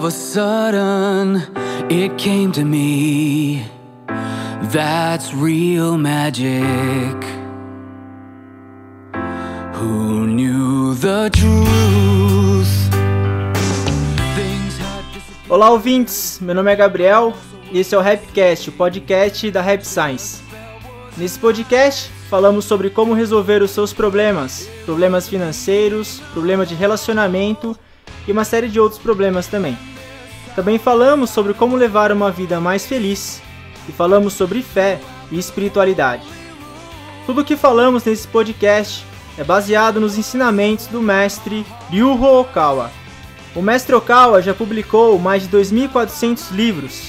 a sudden, it came to me. That's real magic. Who knew the truth? Olá, ouvintes! Meu nome é Gabriel e esse é o Rapcast, o podcast da Rap Science. Nesse podcast, falamos sobre como resolver os seus problemas financeiros, problemas de relacionamento e uma série de outros problemas também. Também falamos sobre como levar uma vida mais feliz e falamos sobre fé e espiritualidade. Tudo o que falamos nesse podcast é baseado nos ensinamentos do mestre Ryuho Okawa. O mestre Okawa já publicou mais de 2.400 livros.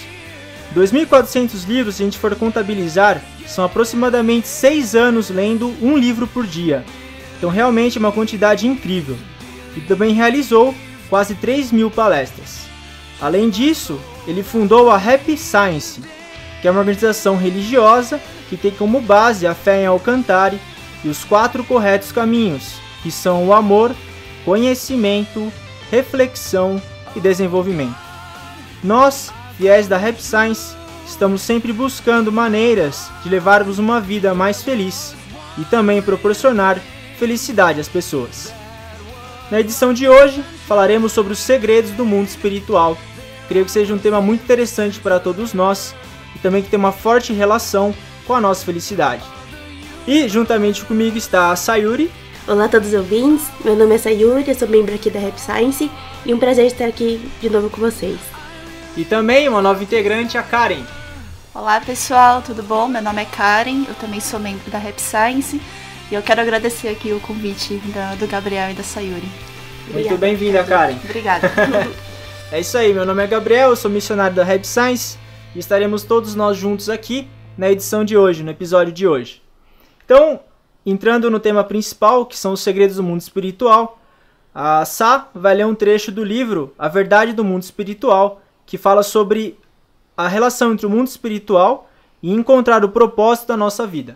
2.400 livros, se a gente for contabilizar, são aproximadamente 6 anos lendo um livro por dia. Então realmente é uma quantidade incrível. E também realizou quase 3.000 palestras. Além disso, ele fundou a Rap Science, que é uma organização religiosa que tem como base a fé em Alcantara e os 4 corretos caminhos, que são o amor, conhecimento, reflexão e desenvolvimento. Nós, fiéis da Rap Science, estamos sempre buscando maneiras de levarmos uma vida mais feliz e também proporcionar felicidade às pessoas. Na edição de hoje, falaremos sobre os segredos do mundo espiritual. Creio que seja um tema muito interessante para todos nós e também que tem uma forte relação com a nossa felicidade. E juntamente comigo está a Sayuri. Olá a todos os ouvintes, meu nome é Sayuri, eu sou membro aqui da Rap Science e um prazer estar aqui de novo com vocês. E também uma nova integrante, a Karen. Olá pessoal, tudo bom? Meu nome é Karen, eu também sou membro da Rap Science e eu quero agradecer aqui o convite do Gabriel e da Sayuri. Muito bem-vinda, Karen. Obrigada. É isso aí, meu nome é Gabriel, eu sou missionário da Rap Science e estaremos todos nós juntos aqui na edição de hoje, no episódio de hoje. Então, entrando no tema principal, que são os segredos do mundo espiritual, a Sá vai ler um trecho do livro A Verdade do Mundo Espiritual, que fala sobre a relação entre o mundo espiritual e encontrar o propósito da nossa vida.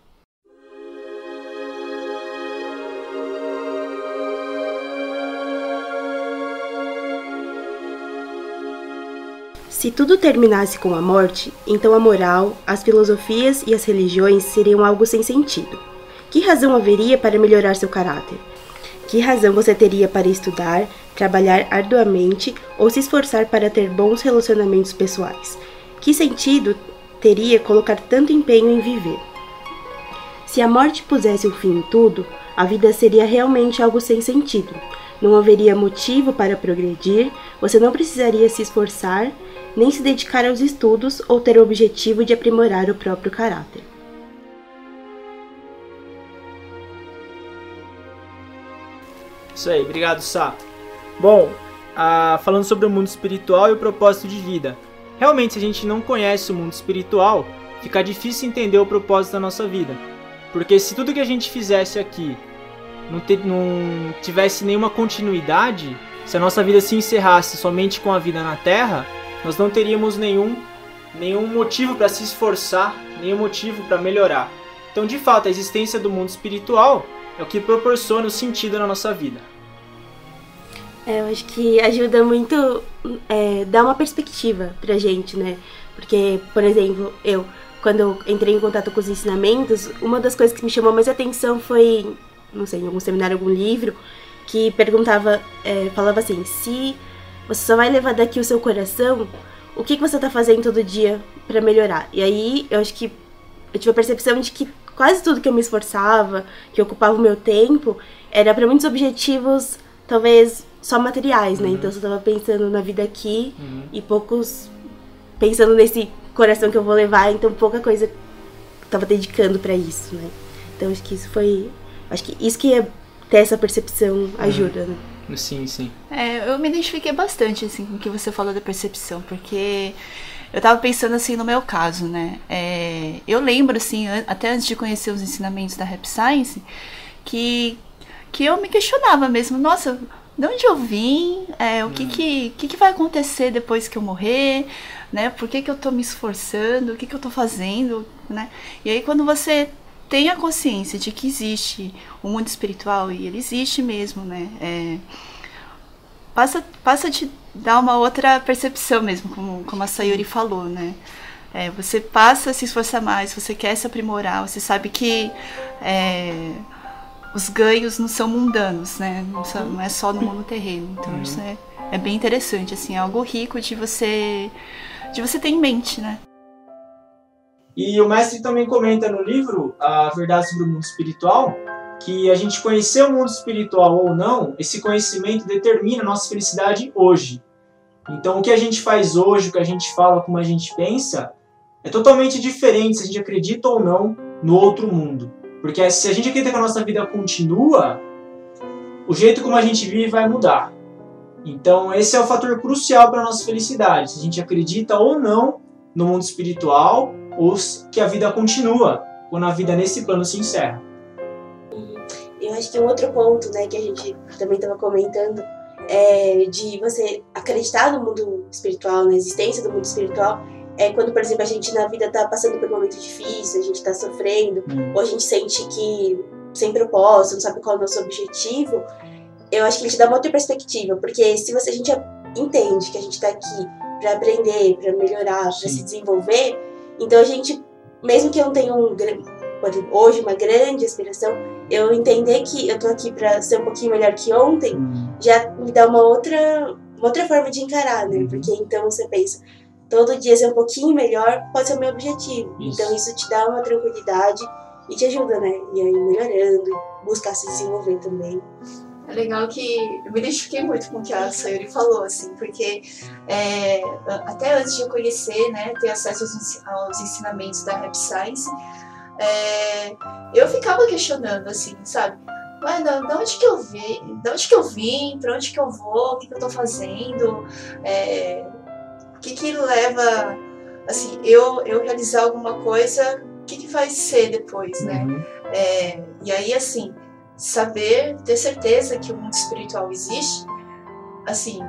Se tudo terminasse com a morte, então a moral, as filosofias e as religiões seriam algo sem sentido. Que razão haveria para melhorar seu caráter? Que razão você teria para estudar, trabalhar arduamente ou se esforçar para ter bons relacionamentos pessoais? Que sentido teria colocar tanto empenho em viver? Se a morte pusesse um fim em tudo, a vida seria realmente algo sem sentido. Não haveria motivo para progredir, você não precisaria se esforçar, nem se dedicar aos estudos ou ter o objetivo de aprimorar o próprio caráter. Isso aí, obrigado, Sá. Bom, falando sobre o mundo espiritual e o propósito de vida. Realmente, se a gente não conhece o mundo espiritual, fica difícil entender o propósito da nossa vida. Porque se tudo que a gente fizesse aqui não tivesse nenhuma continuidade, se a nossa vida se encerrasse somente com a vida na Terra, nós não teríamos nenhum motivo para se esforçar, nenhum motivo para melhorar. Então, de fato, a existência do mundo espiritual é o que proporciona o sentido na nossa vida. Eu acho que ajuda muito dar uma perspectiva pra gente, né? Porque, por exemplo, quando eu entrei em contato com os ensinamentos, uma das coisas que me chamou mais atenção foi, não sei, em algum seminário, algum livro, que falava assim, se você só vai levar daqui o seu coração, o que você tá fazendo todo dia pra melhorar? E aí, eu acho que eu tive a percepção de que quase tudo que eu me esforçava, que ocupava o meu tempo, era para muitos objetivos, talvez, só materiais, né? Então, eu tava pensando na vida aqui e poucos pensando nesse coração que eu vou levar, então pouca coisa eu tava dedicando pra isso, né? Então, acho que isso que é ter essa percepção ajuda, né? Sim, sim. Eu me identifiquei bastante, assim, com o que você falou da percepção, porque eu tava pensando, assim, no meu caso, né? Eu lembro, assim, até antes de conhecer os ensinamentos da Rap Science, que eu me questionava mesmo, nossa, de onde eu vim? O que vai acontecer depois que eu morrer? Né? Por que eu tô me esforçando? O que eu tô fazendo? Né? E aí, quando você tem a consciência de que existe o mundo espiritual, e ele existe mesmo, né? passa a te dar uma outra percepção mesmo, como a Sayuri falou, né? Você passa a se esforçar mais, você quer se aprimorar, você sabe que os ganhos não são mundanos, né? Não é só no mundo terreno. Então isso é bem interessante, assim, é algo rico de você ter em mente, né? E o mestre também comenta no livro A Verdade sobre o Mundo Espiritual, que a gente conhecer o mundo espiritual ou não, esse conhecimento determina a nossa felicidade hoje. Então o que a gente faz hoje, o que a gente fala, como a gente pensa, é totalmente diferente se a gente acredita ou não no outro mundo. Porque se a gente acredita que a nossa vida continua, o jeito como a gente vive vai mudar. Então esse é o fator crucial para a nossa felicidade, se a gente acredita ou não no mundo espiritual, ou que a vida continua, quando a vida nesse plano se encerra. Eu acho que um outro ponto, né, que a gente também estava comentando, de você acreditar no mundo espiritual, na existência do mundo espiritual, quando, por exemplo, a gente na vida está passando por um momento difícil, a gente está sofrendo, ou a gente sente que sem propósito, não sabe qual é o nosso objetivo, eu acho que ele te dá uma outra perspectiva, porque se a gente entende que a gente está aqui para aprender, para melhorar, para se desenvolver, então a gente, mesmo que eu não tenha hoje uma grande aspiração, eu entender que eu tô aqui para ser um pouquinho melhor que ontem, já me dá uma outra forma de encarar, né? Porque então você pensa, todo dia ser um pouquinho melhor pode ser o meu objetivo. Isso. Então isso te dá uma tranquilidade e te ajuda, né? E aí melhorando, buscar se desenvolver também. É legal que eu me identifiquei muito com o que a Sayuri falou, assim, porque até antes de eu conhecer, né, ter acesso aos ensinamentos da Happy Science, eu ficava questionando, assim, sabe? Mas de onde que eu vim? Pra onde que eu vou? O que eu tô fazendo? O que leva, assim, eu realizar alguma coisa? O que vai ser depois, né? E aí, assim, ter certeza que o mundo espiritual existe, assim,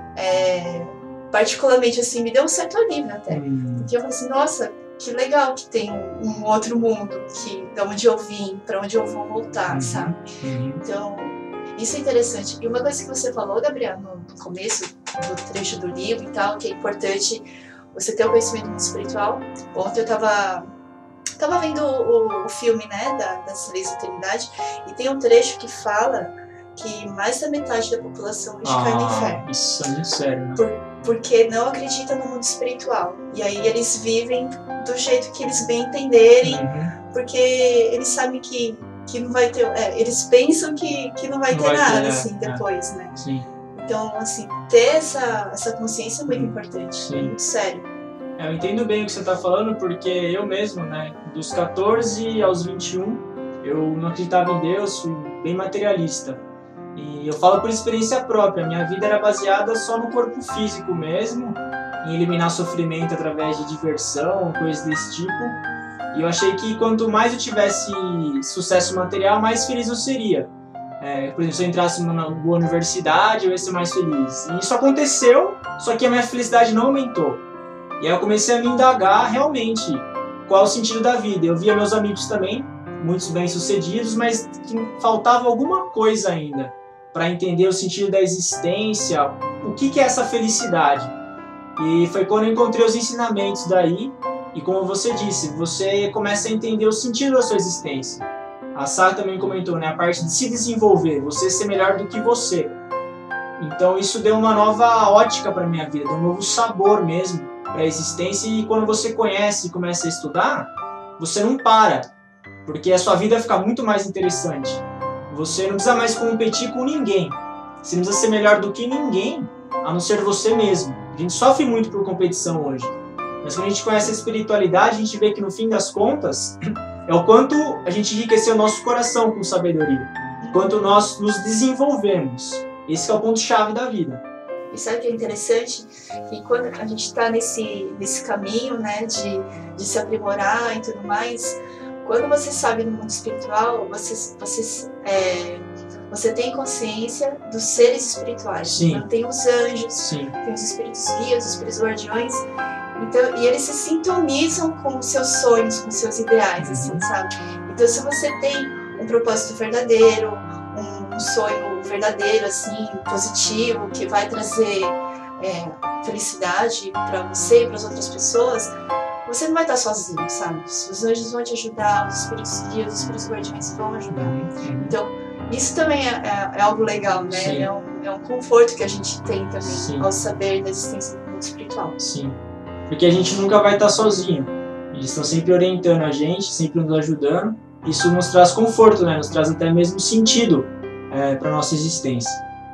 particularmente, assim, me deu um certo alívio até. Porque eu falei assim, nossa, que legal que tem um outro mundo, de onde eu vim, para onde eu vou voltar, sabe? Então, isso é interessante. E uma coisa que você falou, Gabriel, no começo do trecho do livro e tal, que é importante você ter o conhecimento do mundo espiritual. Ontem eu tava vendo o filme, né, das Leis da Eternidade, e tem um trecho que fala que mais da metade da população hoje cai no inferno. Isso é muito sério, né? Porque não acredita no mundo espiritual. E aí eles vivem do jeito que eles bem entenderem, porque eles sabem que não vai ter... eles pensam que não vai ter nada, assim, depois, né? Sim. Então, assim, ter essa consciência é muito importante, é muito sério. Eu entendo bem o que você está falando, porque eu mesmo, né, dos 14 aos 21, eu não acreditava em Deus, fui bem materialista. E eu falo por experiência própria, minha vida era baseada só no corpo físico mesmo, em eliminar sofrimento através de diversão, coisas desse tipo. E eu achei que quanto mais eu tivesse sucesso material, mais feliz eu seria. Por exemplo, se eu entrasse numa boa universidade, eu ia ser mais feliz. E isso aconteceu, só que a minha felicidade não aumentou. E aí eu comecei a me indagar realmente qual é o sentido da vida. Eu via meus amigos também, muitos bem-sucedidos, mas que faltava alguma coisa ainda para entender o sentido da existência, o que é essa felicidade. E foi quando eu encontrei os ensinamentos daí, e como você disse, você começa a entender o sentido da sua existência. A Sara também comentou, né, a parte de se desenvolver, você ser melhor do que você. Então isso deu uma nova ótica para minha vida, deu um novo sabor mesmo para a existência, e quando você conhece e começa a estudar, você não para, porque a sua vida fica muito mais interessante. Você não precisa mais competir com ninguém, você não precisa ser melhor do que ninguém, a não ser você mesmo. A gente sofre muito por competição hoje, mas quando a gente conhece a espiritualidade, a gente vê que no fim das contas, é o quanto a gente enriqueceu o nosso coração com sabedoria, quanto nós nos desenvolvemos. Esse é o ponto-chave da vida. E sabe o que é interessante? Que quando a gente está nesse caminho, né, de se aprimorar e tudo mais, quando você sabe no mundo espiritual, você tem consciência dos seres espirituais. Sim. Então tem os anjos, Sim. tem os espíritos guias, os espíritos guardiões. Então, e eles se sintonizam com os seus sonhos, com os seus ideais, assim, sabe? Então se você tem um propósito verdadeiro, um sonho verdadeiro, assim, positivo, que vai trazer felicidade para você e para as outras pessoas, você não vai estar sozinho, sabe? Os anjos vão te ajudar, os espíritos guias, os espíritos guardiões vão ajudar. Então, isso também é algo legal, né? É um conforto que a gente tem também, Sim. ao saber da existência do mundo espiritual. Sim, porque a gente nunca vai estar sozinho. Eles estão sempre orientando a gente, sempre nos ajudando. Isso nos traz conforto, né? Nos traz até mesmo sentido para nossa existência.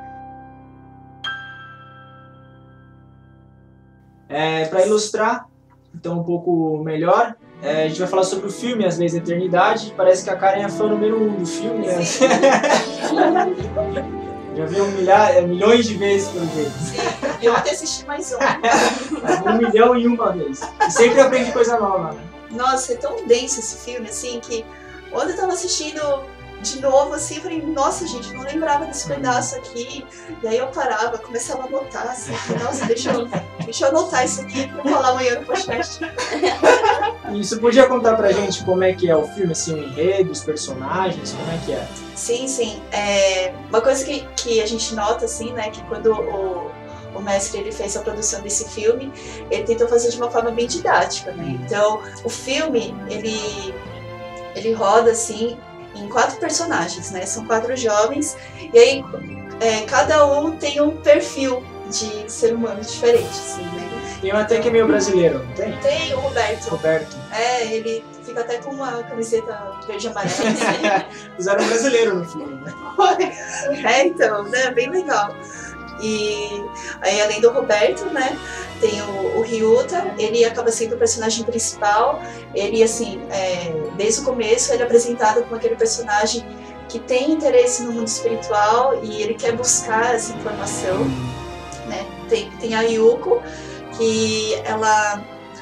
Para ilustrar então um pouco melhor, a gente vai falar sobre o filme As Leis da Eternidade. Parece que a Karen é fã número 1 do filme, né? Já viu milhões de vezes pelo jeito. Sim, eu até assisti mais um. 1.001 vez. E sempre aprende coisa nova, né? Nossa, é tão denso esse filme, assim, que quando eu tava assistindo de novo, assim, eu falei, nossa, gente, não lembrava desse pedaço aqui. E aí eu parava, começava a anotar, assim, nossa, deixa eu anotar isso aqui pra falar amanhã no podcast. E você podia contar pra gente como é que é o filme, assim, o enredo, os personagens, como é que é? Sim. Uma coisa que a gente nota, assim, né, que quando o mestre ele fez a produção desse filme, ele tentou fazer de uma forma bem didática, né? Então, o filme, ele roda, assim, em 4 personagens, né? São 4 jovens, e aí cada um tem um perfil de ser humano diferente, assim, né? Tem um até que é meio brasileiro, não tem? Tem o Roberto. Roberto. Ele fica até com uma camiseta verde e amarela, assim. Fizeram um brasileiro no filme, né? Então, né? Bem legal. E aí, além do Roberto, né, tem o Ryuta. Ele acaba sendo o personagem principal. Ele, assim, desde o começo, ele é apresentado como aquele personagem que tem interesse no mundo espiritual e ele quer buscar essa informação, né? Tem a Yuko, que ela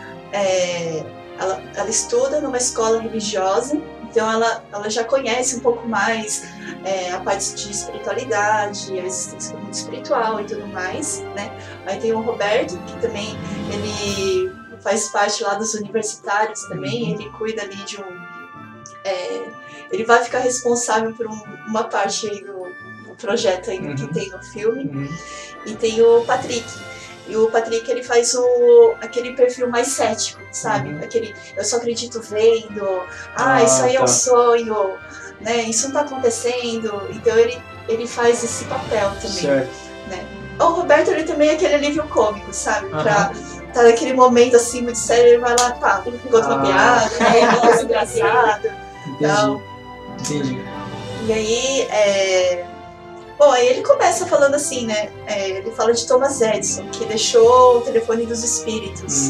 estuda numa escola religiosa. Então ela já conhece um pouco mais a parte de espiritualidade, a existência do mundo espiritual e tudo mais, né? Aí tem o Roberto, que também ele faz parte lá dos universitários também, ele cuida ali de ele vai ficar responsável por uma parte aí do projeto aí que tem no filme. E tem o Patrick. E o Patrick, ele faz aquele perfil mais cético, sabe? Aquele, eu só acredito vendo, isso aí é um sonho, né? Isso não tá acontecendo. Então ele faz esse papel também, certo. Né? O Roberto, ele também é aquele alívio cômico, sabe? Pra tá naquele momento assim, muito sério, ele vai lá, encontra uma piada, né? Uma coisa engraçada. Entendi. E aí, bom, aí ele começa falando assim, né? Ele fala de Thomas Edison, que deixou o telefone dos espíritos.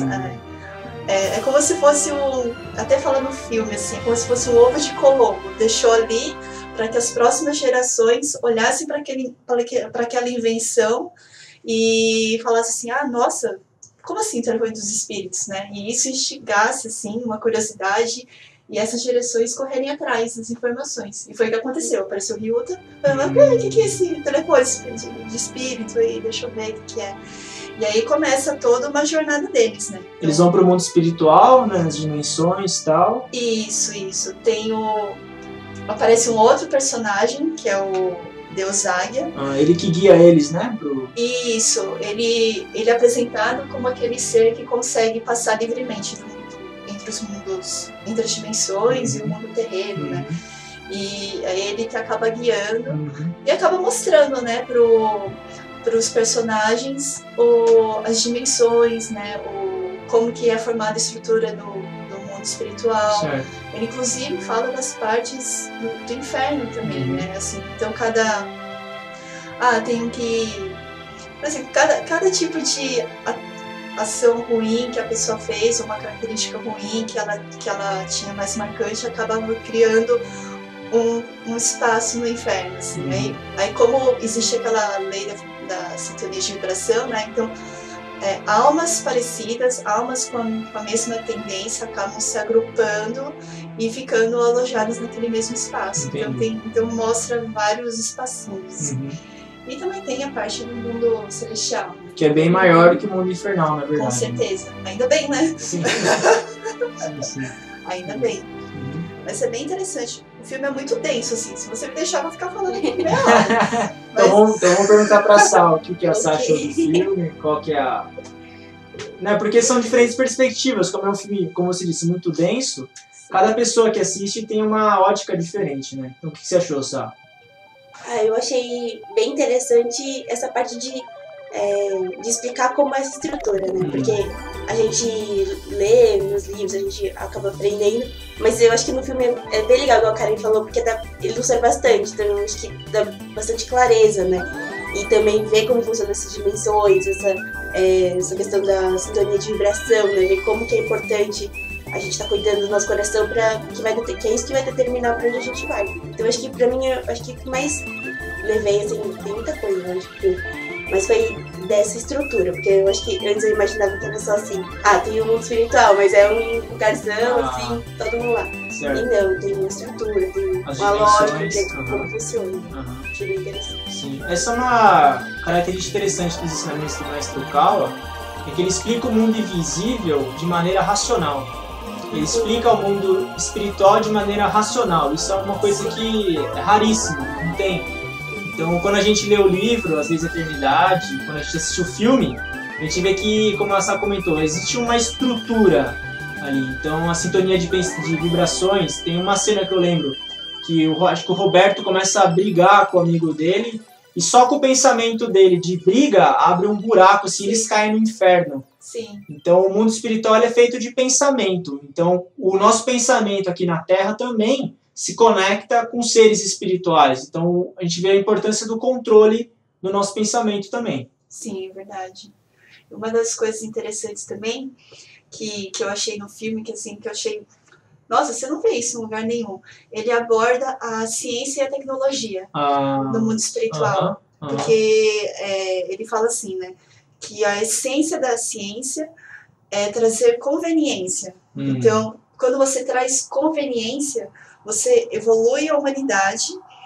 É como se fosse até fala no filme, assim, é como se fosse um ovo de Colombo. Deixou ali para que as próximas gerações olhassem para aquela invenção e falassem assim, nossa, como assim o telefone dos espíritos, né? E isso instigasse, assim, uma curiosidade e essas gerações correrem atrás das informações. E foi o que aconteceu. Apareceu o Ryuta, falando, o que é esse telefone de espírito aí? Deixa eu ver o que é. E aí começa toda uma jornada deles, né? Então, eles vão pro mundo espiritual, né, nas dimensões e tal. Isso. Aparece um outro personagem, que é o Deus Águia. Ele que guia eles, né? Isso. Ele é apresentado como aquele ser que consegue passar livremente entre os mundos, entre as dimensões e o mundo terreno, né? E aí ele que acaba guiando e acaba mostrando, né, para os personagens as dimensões, né, como que é formada a estrutura do mundo espiritual. Certo. Ele inclusive fala das partes do inferno também, né? Assim, então tem que, por exemplo, cada tipo de ação ruim que a pessoa fez, uma característica ruim que ela tinha mais marcante, acabava criando um espaço no inferno, assim. Aí como existe aquela lei da sintonia de vibração, né? Então almas parecidas, almas com a mesma tendência acabam se agrupando e ficando alojadas naquele mesmo espaço. Então mostra vários espacinhos. E também tem a parte do mundo celestial, que é bem maior que o mundo infernal, na verdade. Com certeza. Ainda bem, né? Sim. Ainda bem. Vai ser bem interessante. o filme é muito denso, assim. Se você me deixar, eu vou ficar falando aqui meia hora. Então vamos perguntar pra Sal o que a Sal achou do filme, qual que é a... Né, porque são diferentes perspectivas, como é um filme, como você disse, muito denso, cada pessoa que assiste tem uma ótica diferente, né? Então o que você achou, Sal? Eu achei bem interessante essa parte de explicar como é essa estrutura, né? Porque a gente lê nos livros, a gente acaba aprendendo, mas eu acho que no filme é bem legal, igual a Karen falou, porque ilustra bastante, então eu acho que dá bastante clareza, né? E também ver como funcionam essas dimensões, essa questão da sintonia de vibração, né? Ver como que é importante a gente tá cuidando do nosso coração que é isso que vai determinar pra onde a gente vai. Então acho que pra mim, acho que o que mais levei, assim, tem muita coisa, eu acho que, mas foi dessa estrutura, porque eu acho que antes eu imaginava que era só assim, tem um mundo espiritual, mas é um lugarzão, assim, todo mundo lá. Certo. E não, tem uma estrutura, tem As uma lógica dimensões, de como funciona. Achei bem interessante. Sim. Essa é uma característica interessante dos ensinamentos do Mestre Okawa, é que ele explica o mundo invisível de maneira racional. Ele explica o mundo espiritual de maneira racional. Isso é uma coisa que é raríssima, não tem. Então, quando a gente lê o livro, As Leis da Eternidade, quando a gente assiste o filme, a gente vê que, como a Sá comentou, existe uma estrutura ali. Então, a sintonia de vibrações, tem uma cena que eu lembro, que acho que o Roberto começa a brigar com o amigo dele, e só com o pensamento dele de briga, abre um buraco, assim, eles caem no inferno. Sim. Então, o mundo espiritual é feito de pensamento. Então, o nosso pensamento aqui na Terra também se conecta com seres espirituais. Então, a gente vê a importância do controle do nosso pensamento também. Sim, é verdade. Uma das coisas interessantes também que eu achei no filme, que eu achei... Nossa, você não vê isso em lugar nenhum. Ele aborda a ciência e a tecnologia no mundo espiritual. Porque ele fala assim, né? Que a essência da ciência é trazer conveniência. Então, quando você traz conveniência, você evolui a humanidade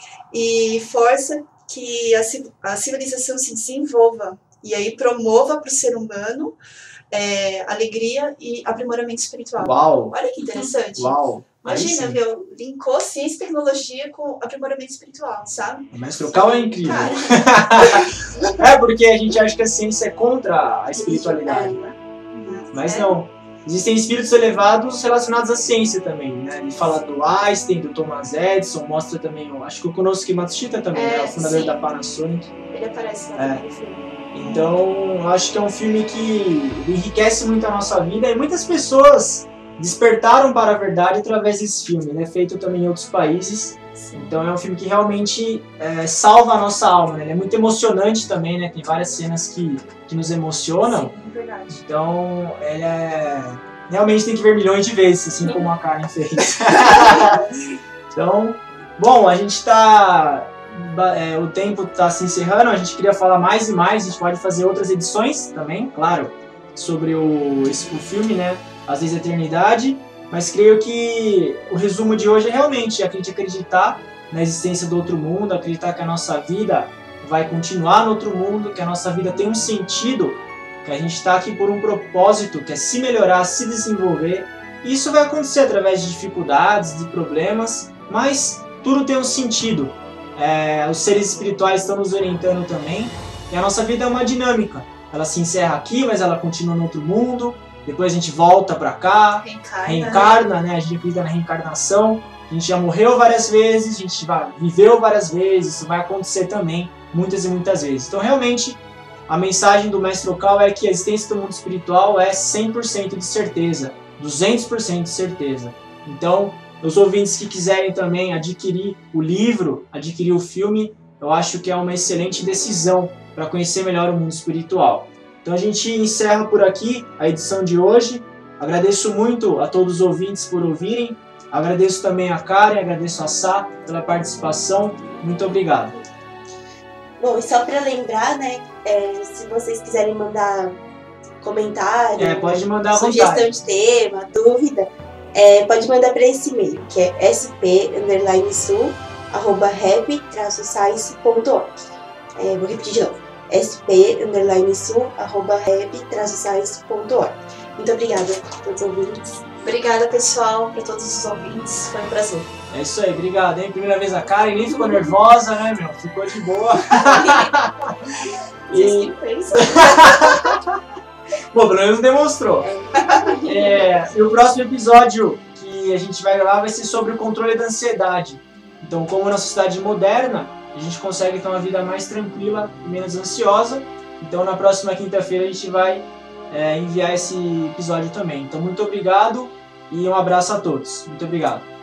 e força que a civilização se desenvolva. E aí promova para o ser humano alegria e aprimoramento espiritual. Uau! Olha que interessante. Uau! Imagina, viu? Linkou ciência e tecnologia com aprimoramento espiritual, sabe? O Mestre Okawa é incrível. Cara. Porque a gente acha que a ciência é contra a espiritualidade, né? Mas não. Existem espíritos elevados relacionados à ciência também, né? Ele fala do Einstein, do Thomas Edison, mostra também, acho que o Konosuke Matsushita também, né? O fundador da Panasonic. Ele aparece lá no filme. Então, eu acho que é um filme que enriquece muito a nossa vida e muitas pessoas despertaram para a verdade através desse filme. Ele é feito também em outros países. Sim. Então é um filme que realmente salva a nossa alma, né? Ele é muito emocionante também, né? Tem várias cenas que nos emocionam. Sim, é verdade. Então ele realmente tem que ver milhões de vezes, assim como a Karen fez. Então, bom, a gente tá... o tempo está se encerrando, a gente queria falar mais e mais, a gente pode fazer outras edições também, claro, sobre o filme, né? As Leis da Eternidade, mas creio que o resumo de hoje é realmente a gente acreditar na existência do outro mundo, acreditar que a nossa vida vai continuar no outro mundo, que a nossa vida tem um sentido, que a gente está aqui por um propósito, que é se melhorar, se desenvolver. E isso vai acontecer através de dificuldades, de problemas, mas tudo tem um sentido. Os seres espirituais estão nos orientando também, e a nossa vida é uma dinâmica. Ela se encerra aqui, mas ela continua no outro mundo. Depois a gente volta pra cá, reencarna, né? A gente acredita na reencarnação. A gente já morreu várias vezes, a gente viveu várias vezes, isso vai acontecer também muitas e muitas vezes. Então, realmente, a mensagem do Mestre Okawa é que a existência do mundo espiritual é 100% de certeza, 200% de certeza. Então, os ouvintes que quiserem também adquirir o livro, adquirir o filme, eu acho que é uma excelente decisão para conhecer melhor o mundo espiritual. Então a gente encerra por aqui a edição de hoje. Agradeço muito a todos os ouvintes por ouvirem. Agradeço também a Karen, agradeço a Sá pela participação. Muito obrigado. Bom, e só para lembrar, né, se vocês quiserem mandar comentário, pode mandar à sugestão vontade. de tema, dúvida, pode mandar para esse e-mail, que é sp_sul@reb-science.org. Vou repetir de novo. sp_sul@reb-science.org. Muito obrigada a todos os ouvintes. Obrigada, pessoal, para todos os ouvintes. Foi um prazer. É isso aí, obrigado, hein? Primeira vez a Karen, nem ficou nervosa, né, meu? Ficou de boa. Vocês que fez. Bom, pelo menos demonstrou. E o próximo episódio que a gente vai gravar vai ser sobre o controle da ansiedade. Então, como na sociedade moderna, a gente consegue ter uma vida mais tranquila e menos ansiosa. Então, na próxima quinta-feira, a gente vai enviar esse episódio também. Então, muito obrigado e um abraço a todos. Muito obrigado.